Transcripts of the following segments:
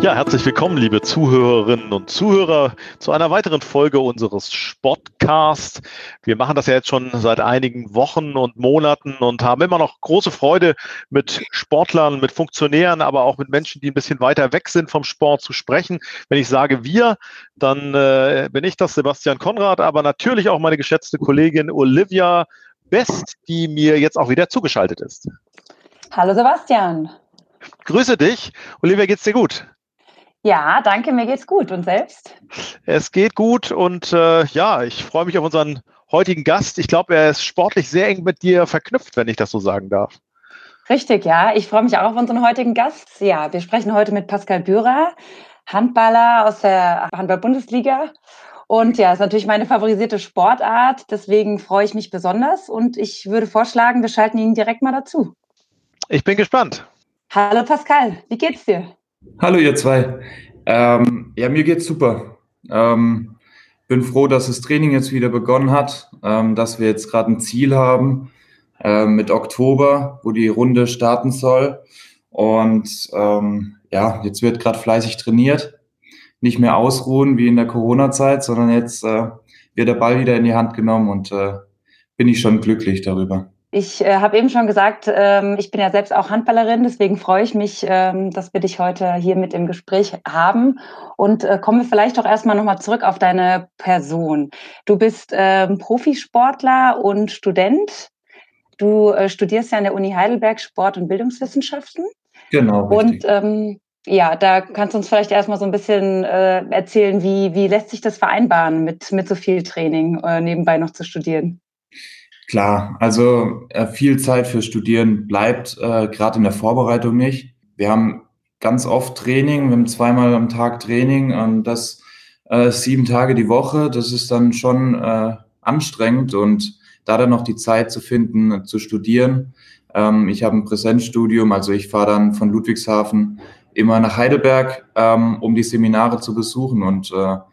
Ja, herzlich willkommen, liebe Zuhörerinnen und Zuhörer, zu einer weiteren Folge unseres Sportcasts. Wir machen das ja jetzt schon seit einigen Wochen und Monaten und haben immer noch große Freude, mit Sportlern, mit Funktionären, aber auch mit Menschen, die ein bisschen weiter weg sind vom Sport, zu sprechen. Wenn ich sage wir, dann bin ich das, Sebastian Konrad, aber natürlich auch meine geschätzte Kollegin Olivia Best, die mir jetzt auch wieder zugeschaltet ist. Hallo Sebastian. Grüße dich. Olivia, geht's dir gut? Ja, danke, mir geht's gut. Und selbst? Es geht gut und ich freue mich auf unseren heutigen Gast. Ich glaube, er ist sportlich sehr eng mit dir verknüpft, wenn ich das so sagen darf. Richtig, ja. Ich freue mich auch auf unseren heutigen Gast. Ja, wir sprechen heute mit Pascal Bührer, Handballer aus der Handball-Bundesliga. Und ja, ist natürlich meine favorisierte Sportart. Deswegen freue ich mich besonders und ich würde vorschlagen, wir schalten ihn direkt mal dazu. Ich bin gespannt. Hallo Pascal, wie geht's dir? Hallo ihr zwei. Mir geht's super. Bin froh, dass das Training jetzt wieder begonnen hat, dass wir jetzt gerade ein Ziel haben mit Oktober, wo die Runde starten soll. Und jetzt wird gerade fleißig trainiert. Nicht mehr ausruhen wie in der Corona-Zeit, sondern jetzt wird der Ball wieder in die Hand genommen und bin ich schon glücklich darüber. Ich habe eben schon gesagt, ich bin ja selbst auch Handballerin, deswegen freue ich mich, dass wir dich heute hier mit im Gespräch haben. Und kommen wir vielleicht doch erstmal nochmal zurück auf deine Person. Du bist Profisportler und Student. Du studierst ja an der Uni Heidelberg Sport- und Bildungswissenschaften. Genau, richtig. Und da kannst du uns vielleicht erstmal so ein bisschen erzählen, wie lässt sich das vereinbaren, mit so viel Training nebenbei noch zu studieren? Klar, also viel Zeit für Studieren bleibt gerade in der Vorbereitung nicht. Wir haben ganz oft Training, wir haben 2-mal am Tag Training und das 7 Tage die Woche. Das ist dann schon anstrengend und da dann noch die Zeit zu finden, zu studieren. Ich habe ein Präsenzstudium, also ich fahre dann von Ludwigshafen immer nach Heidelberg, um die Seminare zu besuchen und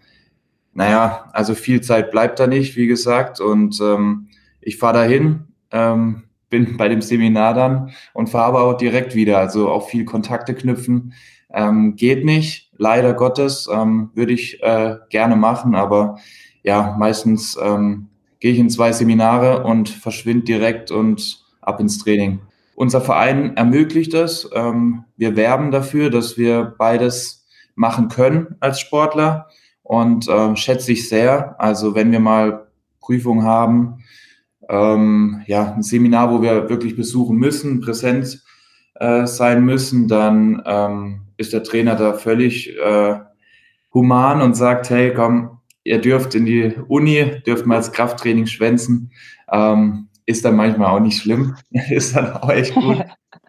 also viel Zeit bleibt da nicht, wie gesagt, und ich fahre dahin, bin bei dem Seminar dann und fahre aber auch direkt wieder. Also auch viel Kontakte knüpfen geht nicht, leider Gottes. Würde ich gerne machen, aber ja, meistens gehe ich in 2 Seminare und verschwinde direkt und ab ins Training. Unser Verein ermöglicht es. Wir werben dafür, dass wir beides machen können als Sportler und schätze ich sehr. Also wenn wir mal Prüfungen haben, ein Seminar, wo wir wirklich besuchen müssen, präsent sein müssen, dann ist der Trainer da völlig human und sagt, hey, komm, ihr dürft in die Uni, dürft mal als Krafttraining schwänzen. Ist dann manchmal auch nicht schlimm, ist dann auch echt gut.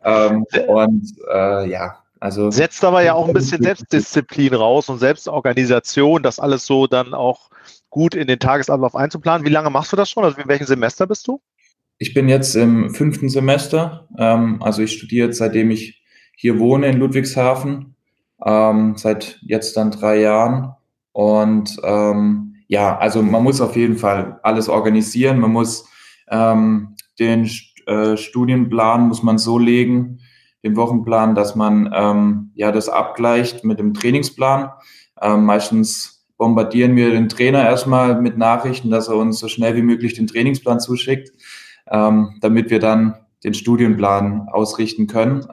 Also setzt aber ja auch ein bisschen Selbstdisziplin raus und Selbstorganisation, das alles so dann auch gut in den Tagesablauf einzuplanen. Wie lange machst du das schon? Also in welchem Semester bist du? Ich bin jetzt im 5. Semester. Also ich studiere jetzt, seitdem ich hier wohne in Ludwigshafen, seit jetzt dann 3 Jahren. Und also man muss auf jeden Fall alles organisieren. Man muss den Studienplan muss man so legen, den Wochenplan, dass man das abgleicht mit dem Trainingsplan. Meistens bombardieren wir den Trainer erstmal mit Nachrichten, dass er uns so schnell wie möglich den Trainingsplan zuschickt, damit wir dann den Studienplan ausrichten können.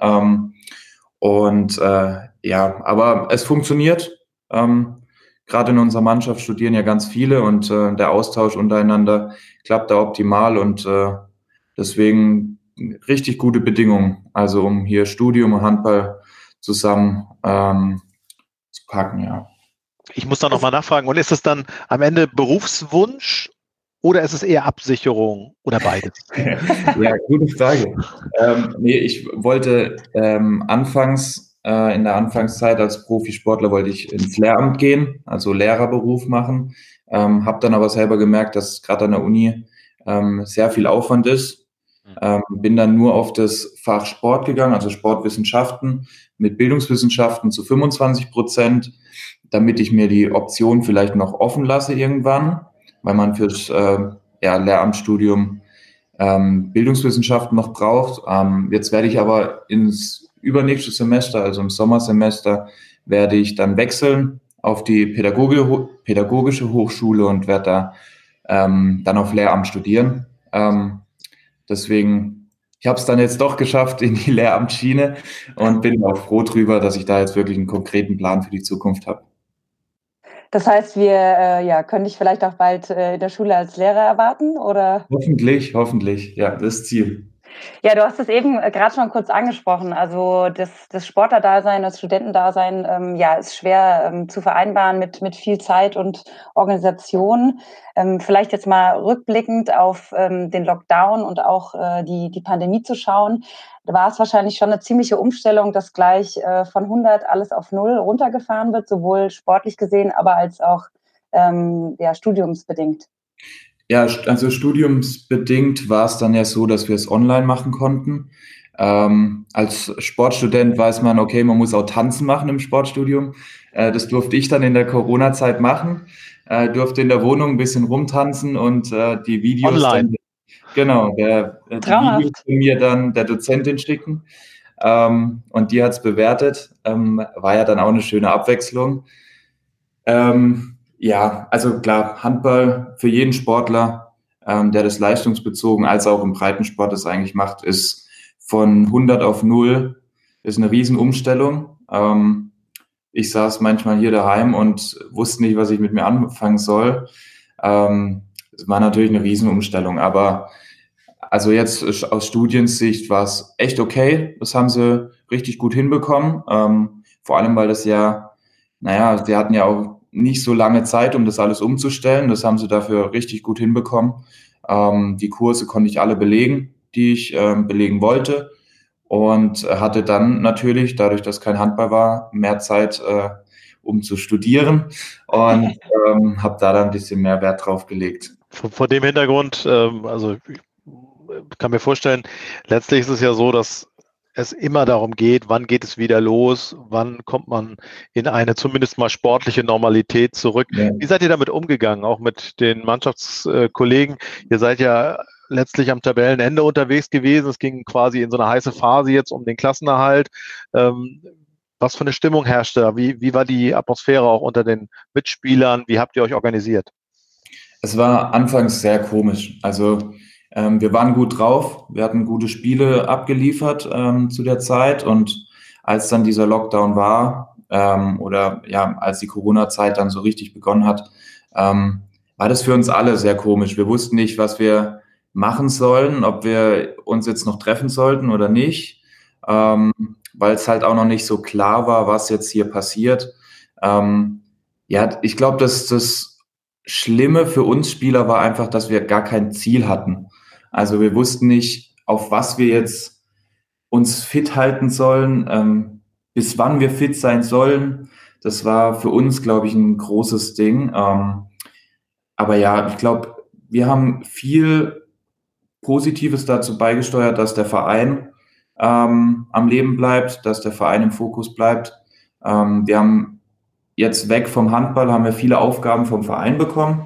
Aber es funktioniert. Gerade in unserer Mannschaft studieren ja ganz viele und der Austausch untereinander klappt da optimal und deswegen richtig gute Bedingungen, also um hier Studium und Handball zusammen zu packen, ja. Ich muss da nochmal nachfragen, und ist es dann am Ende Berufswunsch oder ist es eher Absicherung oder beides? Ja, gute Frage. Ich wollte anfangs, in der Anfangszeit als Profisportler wollte ich ins Lehramt gehen, also Lehrerberuf machen, habe dann aber selber gemerkt, dass gerade an der Uni sehr viel Aufwand ist. Bin dann nur auf das Fach Sport gegangen, also Sportwissenschaften mit Bildungswissenschaften zu 25%, damit ich mir die Option vielleicht noch offen lasse irgendwann, weil man fürs Lehramtsstudium Bildungswissenschaften noch braucht. Jetzt werde ich aber ins übernächstes Semester, also im Sommersemester, werde ich dann wechseln auf die pädagogische Hochschule und werde da dann auf Lehramt studieren. Deswegen, ich habe es dann jetzt doch geschafft in die Lehramtsschiene und bin auch froh drüber, dass ich da jetzt wirklich einen konkreten Plan für die Zukunft habe. Das heißt, wir können dich vielleicht auch bald in der Schule als Lehrer erwarten, oder? Hoffentlich, ja, das Ziel. Ja, du hast es eben gerade schon kurz angesprochen. Also das Sportlerdasein, das Studentendasein, ist schwer zu vereinbaren mit viel Zeit und Organisation. Vielleicht jetzt mal rückblickend auf den Lockdown und auch die Pandemie zu schauen. Da war es wahrscheinlich schon eine ziemliche Umstellung, dass gleich von 100 alles auf 0 runtergefahren wird, sowohl sportlich gesehen, aber als auch studiumsbedingt. Ja, also studiumsbedingt war es dann ja so, dass wir es online machen konnten. Als Sportstudent weiß man, okay, man muss auch Tanzen machen im Sportstudium. Das durfte ich dann in der Corona-Zeit machen. Durfte in der Wohnung ein bisschen rumtanzen und die Videos online. Genau, die Videos von mir dann der Dozentin schicken. Und die hat es bewertet. War ja dann auch eine schöne Abwechslung. Ja, also klar, Handball für jeden Sportler, der das leistungsbezogen als auch im Breitensport das eigentlich macht, ist von 100 auf 0, ist eine Riesenumstellung. Ich saß manchmal hier daheim und wusste nicht, was ich mit mir anfangen soll. Es war natürlich eine Riesenumstellung, aber also jetzt aus Studiensicht war es echt okay. Das haben sie richtig gut hinbekommen. Vor allem, weil das ja, sie hatten ja auch nicht so lange Zeit, um das alles umzustellen. Das haben sie dafür richtig gut hinbekommen. Die Kurse konnte ich alle belegen, die ich belegen wollte. Und hatte dann natürlich, dadurch, dass kein Handball war, mehr Zeit, um zu studieren. Und habe da dann ein bisschen mehr Wert drauf gelegt. Vor dem Hintergrund, also ich kann mir vorstellen, letztlich ist es ja so, dass es immer darum geht, wann geht es wieder los, wann kommt man in eine zumindest mal sportliche Normalität zurück. Ja. Wie seid ihr damit umgegangen, auch mit den Mannschaftskollegen? Ihr seid ja letztlich am Tabellenende unterwegs gewesen. Es ging quasi in so eine heiße Phase jetzt um den Klassenerhalt. Was für eine Stimmung herrschte da? Wie war die Atmosphäre auch unter den Mitspielern? Wie habt ihr euch organisiert? Es war anfangs sehr komisch. Also wir waren gut drauf, wir hatten gute Spiele abgeliefert zu der Zeit, und als dann dieser Lockdown war als die Corona-Zeit dann so richtig begonnen hat, war das für uns alle sehr komisch. Wir wussten nicht, was wir machen sollen, ob wir uns jetzt noch treffen sollten oder nicht, weil es halt auch noch nicht so klar war, was jetzt hier passiert. Ich glaube, dass das Schlimme für uns Spieler war einfach, dass wir gar kein Ziel hatten. Also wir wussten nicht, auf was wir jetzt uns fit halten sollen, bis wann wir fit sein sollen. Das war für uns, glaube ich, ein großes Ding. Aber ja, ich glaube, wir haben viel Positives dazu beigesteuert, dass der Verein am Leben bleibt, dass der Verein im Fokus bleibt. Wir haben jetzt weg vom Handball, haben wir viele Aufgaben vom Verein bekommen.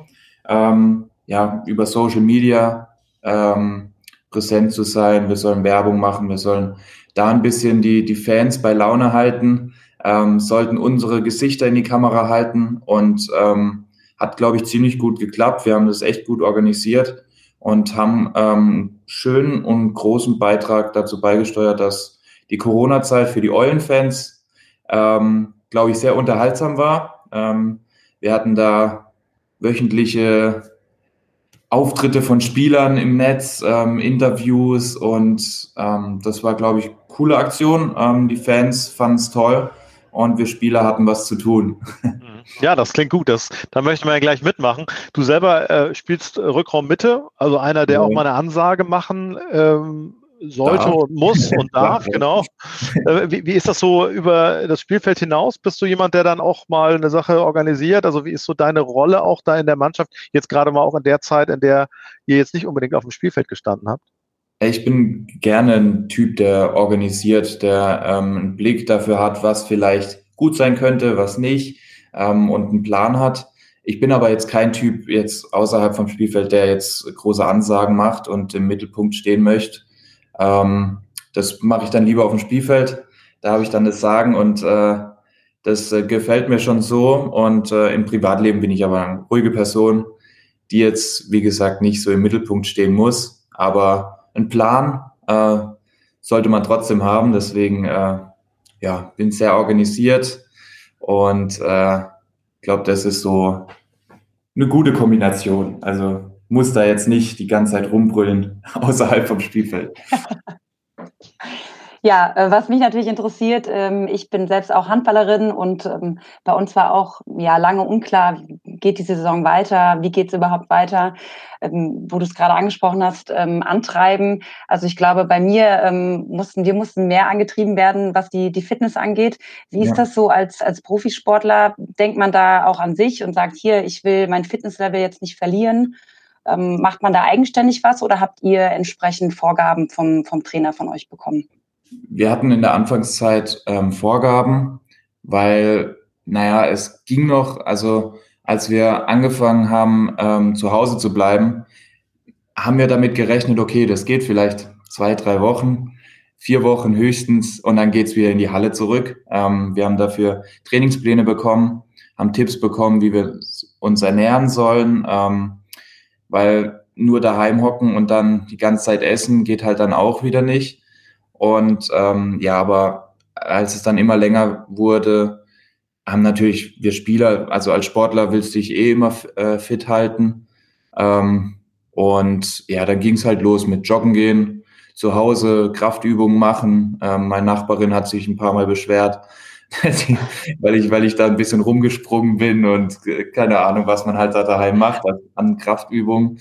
Über Social Media präsent zu sein, wir sollen Werbung machen, wir sollen da ein bisschen die Fans bei Laune halten, sollten unsere Gesichter in die Kamera halten, und hat, glaube ich, ziemlich gut geklappt. Wir haben das echt gut organisiert und haben schönen und großen Beitrag dazu beigesteuert, dass die Corona-Zeit für die Eulen-Fans, glaube ich, sehr unterhaltsam war. Wir hatten da wöchentliche Auftritte von Spielern im Netz, Interviews, und das war, glaube ich, coole Aktion. Die Fans fanden es toll und wir Spieler hatten was zu tun. Ja, das klingt gut. Da möchten wir ja gleich mitmachen. Du selber spielst Rückraum Mitte, also einer, der auch mal eine Ansage machen sollte und muss und darf, genau. Wie ist das so über das Spielfeld hinaus? Bist du jemand, der dann auch mal eine Sache organisiert? Also wie ist so deine Rolle auch da in der Mannschaft, jetzt gerade mal auch in der Zeit, in der ihr jetzt nicht unbedingt auf dem Spielfeld gestanden habt? Ich bin gerne ein Typ, der organisiert, der einen Blick dafür hat, was vielleicht gut sein könnte, was nicht, und einen Plan hat. Ich bin aber jetzt kein Typ jetzt außerhalb vom Spielfeld, der jetzt große Ansagen macht und im Mittelpunkt stehen möchte. Das mache ich dann lieber auf dem Spielfeld. Da habe ich dann das Sagen und das gefällt mir schon so. Und im Privatleben bin ich aber eine ruhige Person, die jetzt, wie gesagt, nicht so im Mittelpunkt stehen muss. Aber einen Plan sollte man trotzdem haben. Deswegen bin sehr organisiert und glaube, das ist so eine gute Kombination. Also muss da jetzt nicht die ganze Zeit rumbrüllen außerhalb vom Spielfeld. Ja, was mich natürlich interessiert, ich bin selbst auch Handballerin und bei uns war auch lange unklar, geht die Saison weiter, wie geht es überhaupt weiter, wo du es gerade angesprochen hast, antreiben. Also ich glaube, bei mir mussten mehr angetrieben werden, was die Fitness angeht. Wie ist das so als Profisportler? Denkt man da auch an sich und sagt, hier, ich will mein Fitnesslevel jetzt nicht verlieren? Macht man da eigenständig was oder habt ihr entsprechend Vorgaben vom Trainer von euch bekommen? Wir hatten in der Anfangszeit Vorgaben, weil, es ging noch, also als wir angefangen haben, zu Hause zu bleiben, haben wir damit gerechnet, okay, das geht vielleicht 2, 3 Wochen, 4 Wochen höchstens und dann geht's wieder in die Halle zurück. Wir haben dafür Trainingspläne bekommen, haben Tipps bekommen, wie wir uns ernähren sollen, weil nur daheim hocken und dann die ganze Zeit essen geht halt dann auch wieder nicht. Und aber als es dann immer länger wurde, haben natürlich wir Spieler, also als Sportler willst du dich immer fit halten. Und dann ging es halt los mit Joggen gehen, zu Hause Kraftübungen machen. Meine Nachbarin hat sich ein paar Mal beschwert, weil ich da ein bisschen rumgesprungen bin und keine Ahnung, was man halt da daheim macht an Kraftübungen.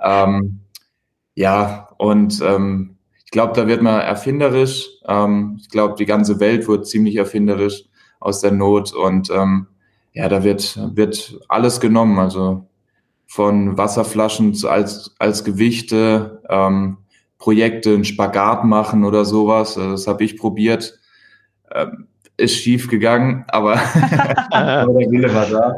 Ich glaube, da wird man erfinderisch. Ich glaube, die ganze Welt wird ziemlich erfinderisch aus der Not. Und da wird alles genommen. Also von Wasserflaschen als Gewichte, Projekte, einen Spagat machen oder sowas. Das habe ich probiert. Ist schief gegangen, aber der Wille war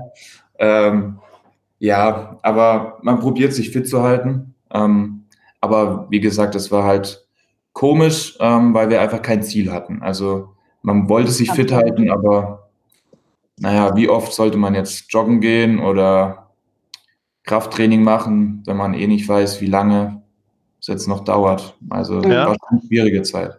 da. Aber man probiert sich fit zu halten. Aber wie gesagt, es war halt komisch, weil wir einfach kein Ziel hatten. Also man wollte sich fit halten, aber wie oft sollte man jetzt joggen gehen oder Krafttraining machen, wenn man eh nicht weiß, wie lange es jetzt noch dauert. Also war schon eine schwierige Zeit.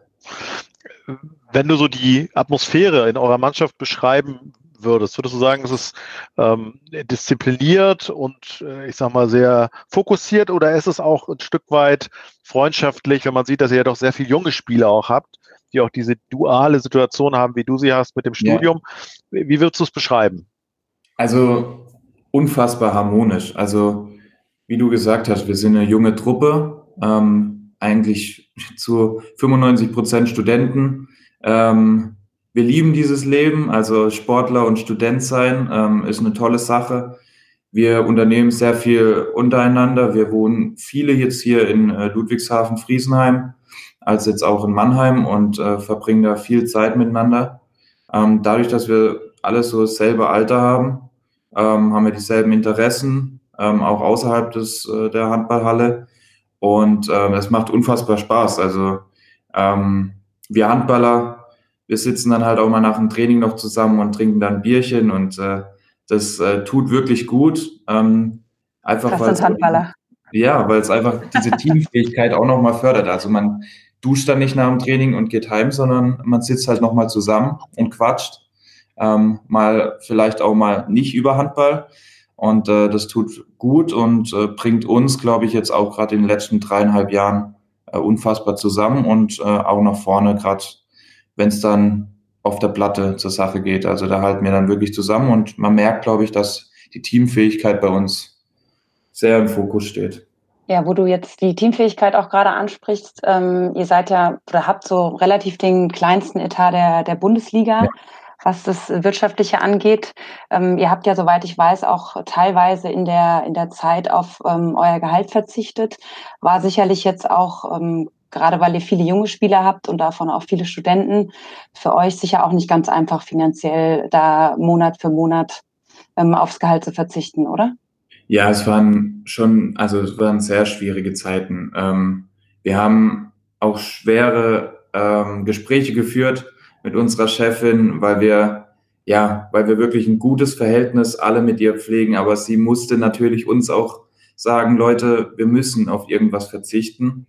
Wenn du so die Atmosphäre in eurer Mannschaft beschreiben würdest du sagen, es ist diszipliniert und ich sag mal sehr fokussiert oder ist es auch ein Stück weit freundschaftlich, wenn man sieht, dass ihr ja doch sehr viele junge Spieler auch habt, die auch diese duale Situation haben, wie du sie hast mit dem Studium. Ja. Wie würdest du es beschreiben? Also unfassbar harmonisch. Also wie du gesagt hast, wir sind eine junge Truppe, eigentlich zu 95% Studenten. Wir lieben dieses Leben, also Sportler und Student sein ist eine tolle Sache. Wir unternehmen sehr viel untereinander. Wir wohnen viele jetzt hier in Ludwigshafen-Friesenheim, als jetzt auch in Mannheim und verbringen da viel Zeit miteinander. Dadurch, dass wir alle so dasselbe Alter haben, haben wir dieselben Interessen, auch außerhalb der Handballhalle. Und es macht unfassbar Spaß. Also wir Handballer, wir sitzen dann halt auch mal nach dem Training noch zusammen und trinken dann ein Bierchen und das tut wirklich gut. Einfach weil es einfach diese Teamfähigkeit auch nochmal fördert. Also man duscht dann nicht nach dem Training und geht heim, sondern man sitzt halt nochmal zusammen und quatscht. Mal vielleicht auch mal nicht über Handball. Und das tut gut und bringt uns, glaube ich, jetzt auch gerade in den letzten 3,5 Jahren unfassbar zusammen und auch nach vorne, gerade wenn es dann auf der Platte zur Sache geht. Also da halten wir dann wirklich zusammen und man merkt, glaube ich, dass die Teamfähigkeit bei uns sehr im Fokus steht. Ja, wo du jetzt die Teamfähigkeit auch gerade ansprichst, ihr seid ja oder habt so relativ den kleinsten Etat der Bundesliga. Ja. Was das Wirtschaftliche angeht. Ihr habt ja, soweit ich weiß, auch teilweise in der Zeit auf euer Gehalt verzichtet. War sicherlich jetzt auch, gerade weil ihr viele junge Spieler habt und davon auch viele Studenten, für euch sicher auch nicht ganz einfach finanziell da Monat für Monat aufs Gehalt zu verzichten, oder? Ja, es waren sehr schwierige Zeiten. Wir haben auch schwere Gespräche geführt mit unserer Chefin, weil wir wirklich ein gutes Verhältnis alle mit ihr pflegen. Aber sie musste natürlich uns auch sagen, Leute, wir müssen auf irgendwas verzichten.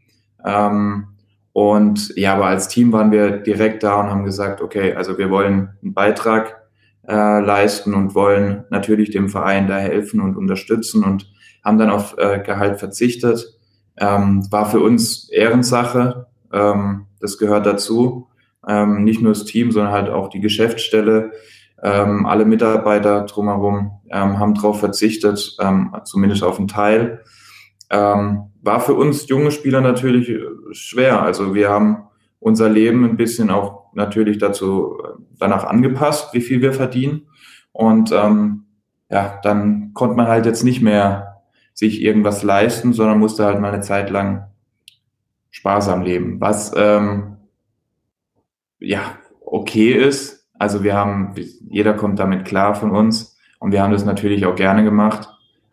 Und ja, aber als Team waren wir direkt da und haben gesagt, okay, also wir wollen einen Beitrag leisten und wollen natürlich dem Verein da helfen und unterstützen und haben dann auf Gehalt verzichtet. War für uns Ehrensache, das gehört dazu. Nicht nur das Team, sondern halt auch die Geschäftsstelle, alle Mitarbeiter drumherum haben darauf verzichtet, zumindest auf einen Teil. War für uns junge Spieler natürlich schwer. Also wir haben unser Leben ein bisschen auch natürlich danach angepasst, wie viel wir verdienen. Und dann konnte man halt jetzt nicht mehr sich irgendwas leisten, sondern musste halt mal eine Zeit lang sparsam leben. Was okay ist. Also jeder kommt damit klar von uns und wir haben das natürlich auch gerne gemacht.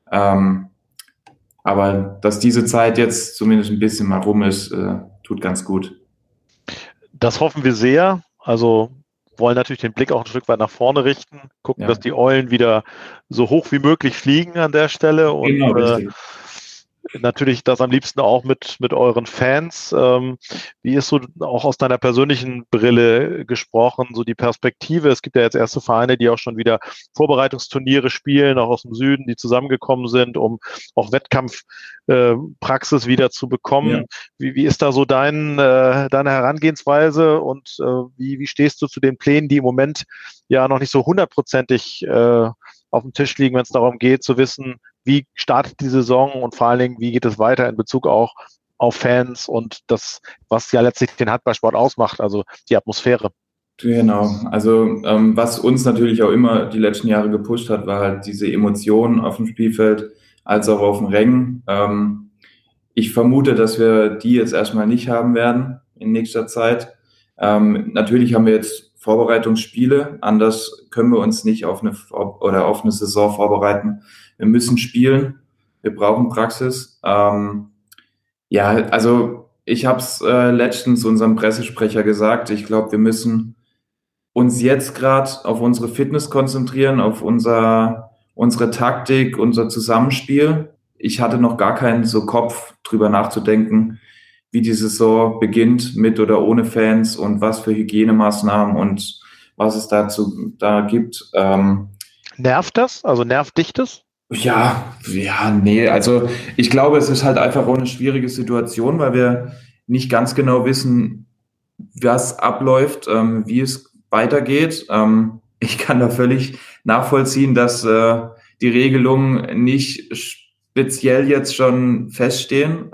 Aber dass diese Zeit jetzt zumindest ein bisschen mal rum ist, tut ganz gut. Das hoffen wir sehr. Also wollen natürlich den Blick auch ein Stück weit nach vorne richten, gucken, dass die Eulen wieder so hoch wie möglich fliegen an der Stelle und genau, richtig. Natürlich das am liebsten auch mit euren Fans. Wie ist so auch aus deiner persönlichen Brille gesprochen, so die Perspektive? Es gibt ja jetzt erste Vereine, die auch schon wieder Vorbereitungsturniere spielen, auch aus dem Süden, die zusammengekommen sind, um auch Wettkampfpraxis wieder zu bekommen. Ja. Wie ist da so deine Herangehensweise und wie stehst du zu den Plänen, die im Moment ja noch nicht so hundertprozentig auf dem Tisch liegen, wenn es darum geht, zu wissen, wie startet die Saison und vor allen Dingen, wie geht es weiter in Bezug auch auf Fans und das, was ja letztlich den Handballsport ausmacht, also die Atmosphäre. Genau, also was uns natürlich auch immer die letzten Jahre gepusht hat, war halt diese Emotionen auf dem Spielfeld als auch auf den Rängen. Ich vermute, dass wir die jetzt erstmal nicht haben werden in nächster Zeit. Natürlich haben wir jetzt Vorbereitungsspiele, anders können wir uns nicht auf eine Saison vorbereiten. Wir müssen spielen, wir brauchen Praxis. Also ich habe es letztens unserem Pressesprecher gesagt, ich glaube, wir müssen uns jetzt gerade auf unsere Fitness konzentrieren, auf unsere Taktik, unser Zusammenspiel. Ich hatte noch gar keinen so Kopf, drüber nachzudenken, wie die Saison beginnt, mit oder ohne Fans und was für Hygienemaßnahmen und was es da gibt. Nervt das? Also nervt dich das? Nee, also ich glaube, es ist halt einfach auch eine schwierige Situation, weil wir nicht ganz genau wissen, was abläuft, wie es weitergeht. Ich kann da völlig nachvollziehen, dass die Regelungen nicht speziell jetzt schon feststehen.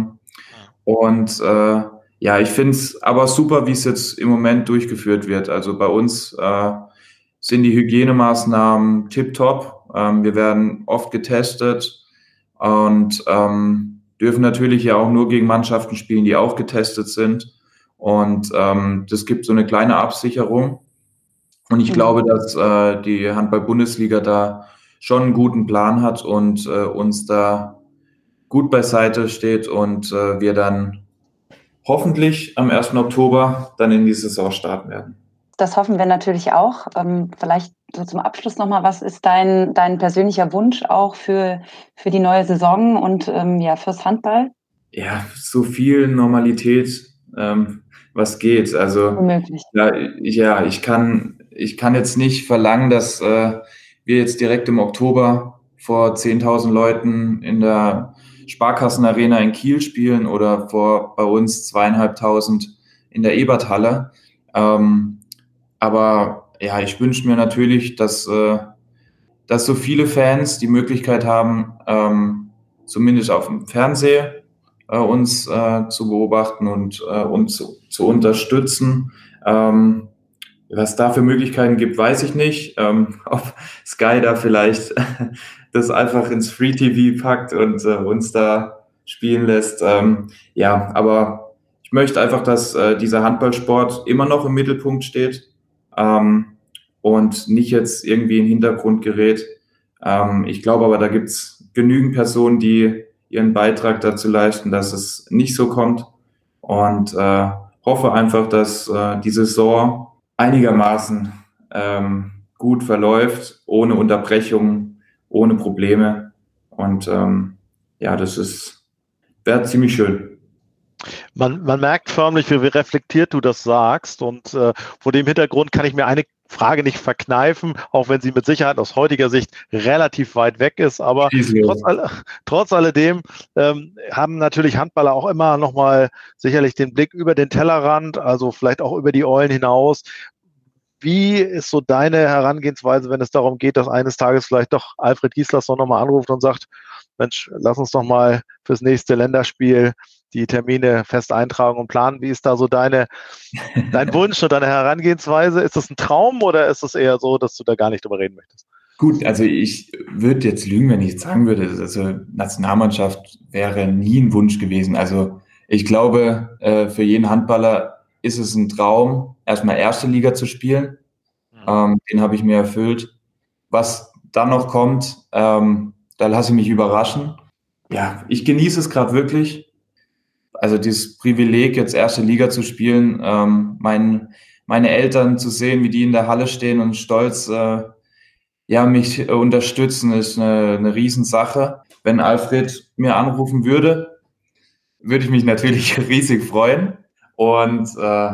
Ich finde es aber super, wie es jetzt im Moment durchgeführt wird. Also bei uns sind die Hygienemaßnahmen tipptopp. Wir werden oft getestet und dürfen natürlich ja auch nur gegen Mannschaften spielen, die auch getestet sind. Und das gibt so eine kleine Absicherung. Und ich glaube, dass die Handball-Bundesliga da schon einen guten Plan hat und uns da gut beiseite steht und wir dann hoffentlich am 1. Oktober dann in die Saison starten werden. Das hoffen wir natürlich auch. Vielleicht so zum Abschluss nochmal, was ist dein persönlicher Wunsch auch für die neue Saison und fürs Handball? Ja, so viel Normalität, was geht. Also unmöglich. Ich kann jetzt nicht verlangen, dass wir jetzt direkt im Oktober vor 10.000 Leuten in der Sparkassenarena in Kiel spielen oder vor bei uns 2.500 in der Eberthalle. Aber ja, ich wünsche mir natürlich, dass so viele Fans die Möglichkeit haben, zumindest auf dem Fernseher uns zu beobachten und uns zu unterstützen. Was da für Möglichkeiten gibt, weiß ich nicht. Ob Sky da vielleicht das einfach ins Free TV packt und uns da spielen lässt. Aber ich möchte einfach, dass dieser Handballsport immer noch im Mittelpunkt steht und nicht jetzt irgendwie in den Hintergrund gerät. Ich glaube aber, da gibt es genügend Personen, die ihren Beitrag dazu leisten, dass es nicht so kommt und hoffe einfach, dass die Saison einigermaßen gut verläuft, ohne Unterbrechung, ohne Probleme. Und ja, wäre ziemlich schön. Man merkt förmlich, wie reflektiert du das sagst. Und vor dem Hintergrund kann ich mir eine Frage nicht verkneifen, auch wenn sie mit Sicherheit aus heutiger Sicht relativ weit weg ist. Aber trotz alledem haben natürlich Handballer auch immer nochmal sicherlich den Blick über den Tellerrand, also vielleicht auch über die Eulen hinaus. Wie ist so deine Herangehensweise, wenn es darum geht, dass eines Tages vielleicht doch Alfred Gislason nochmal anruft und sagt, Mensch, lass uns doch mal fürs nächste Länderspiel die Termine fest eintragen und planen. Wie ist da so dein Wunsch und deine Herangehensweise? Ist das ein Traum oder ist es eher so, dass du da gar nicht drüber reden möchtest? Gut, also ich würde jetzt lügen, wenn ich jetzt sagen würde, also Nationalmannschaft wäre nie ein Wunsch gewesen. Also ich glaube, für jeden Handballer ist es ein Traum, erstmal erste Liga zu spielen. Den habe ich mir erfüllt. Was dann noch kommt, da lasse ich mich überraschen. Ja, ich genieße es gerade wirklich. Also dieses Privileg, jetzt erste Liga zu spielen, meine Eltern zu sehen, wie die in der Halle stehen und stolz mich unterstützen, ist eine Riesensache. Wenn Alfred mir anrufen würde, würde ich mich natürlich riesig freuen. Und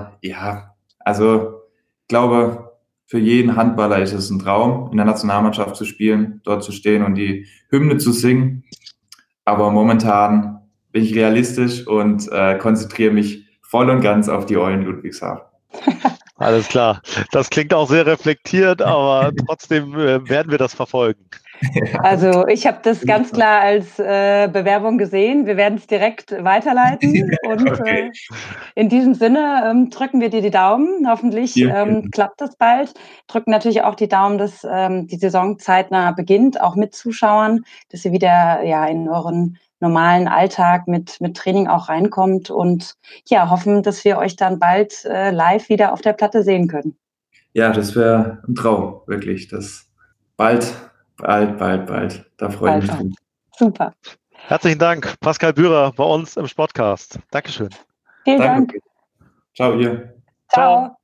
also ich glaube, für jeden Handballer ist es ein Traum, in der Nationalmannschaft zu spielen, dort zu stehen und die Hymne zu singen. Aber momentan bin ich realistisch und konzentriere mich voll und ganz auf die Eulen Ludwigshafen. Alles klar. Das klingt auch sehr reflektiert, aber trotzdem werden wir das verfolgen. Also ich habe das ganz klar als Bewerbung gesehen. Wir werden es direkt weiterleiten. Und in diesem Sinne drücken wir dir die Daumen. Hoffentlich klappt das bald. Drücken natürlich auch die Daumen, dass die Saison zeitnah beginnt, auch mit Zuschauern, dass ihr wieder in euren normalen Alltag mit Training auch reinkommt und hoffen, dass wir euch dann bald live wieder auf der Platte sehen können. Ja, das wäre ein Traum, wirklich. Das bald. Da freue ich mich drauf. Super. Herzlichen Dank, Pascal Bührer bei uns im Sportcast. Dankeschön. Vielen Dank. Ciao, ihr. Ciao.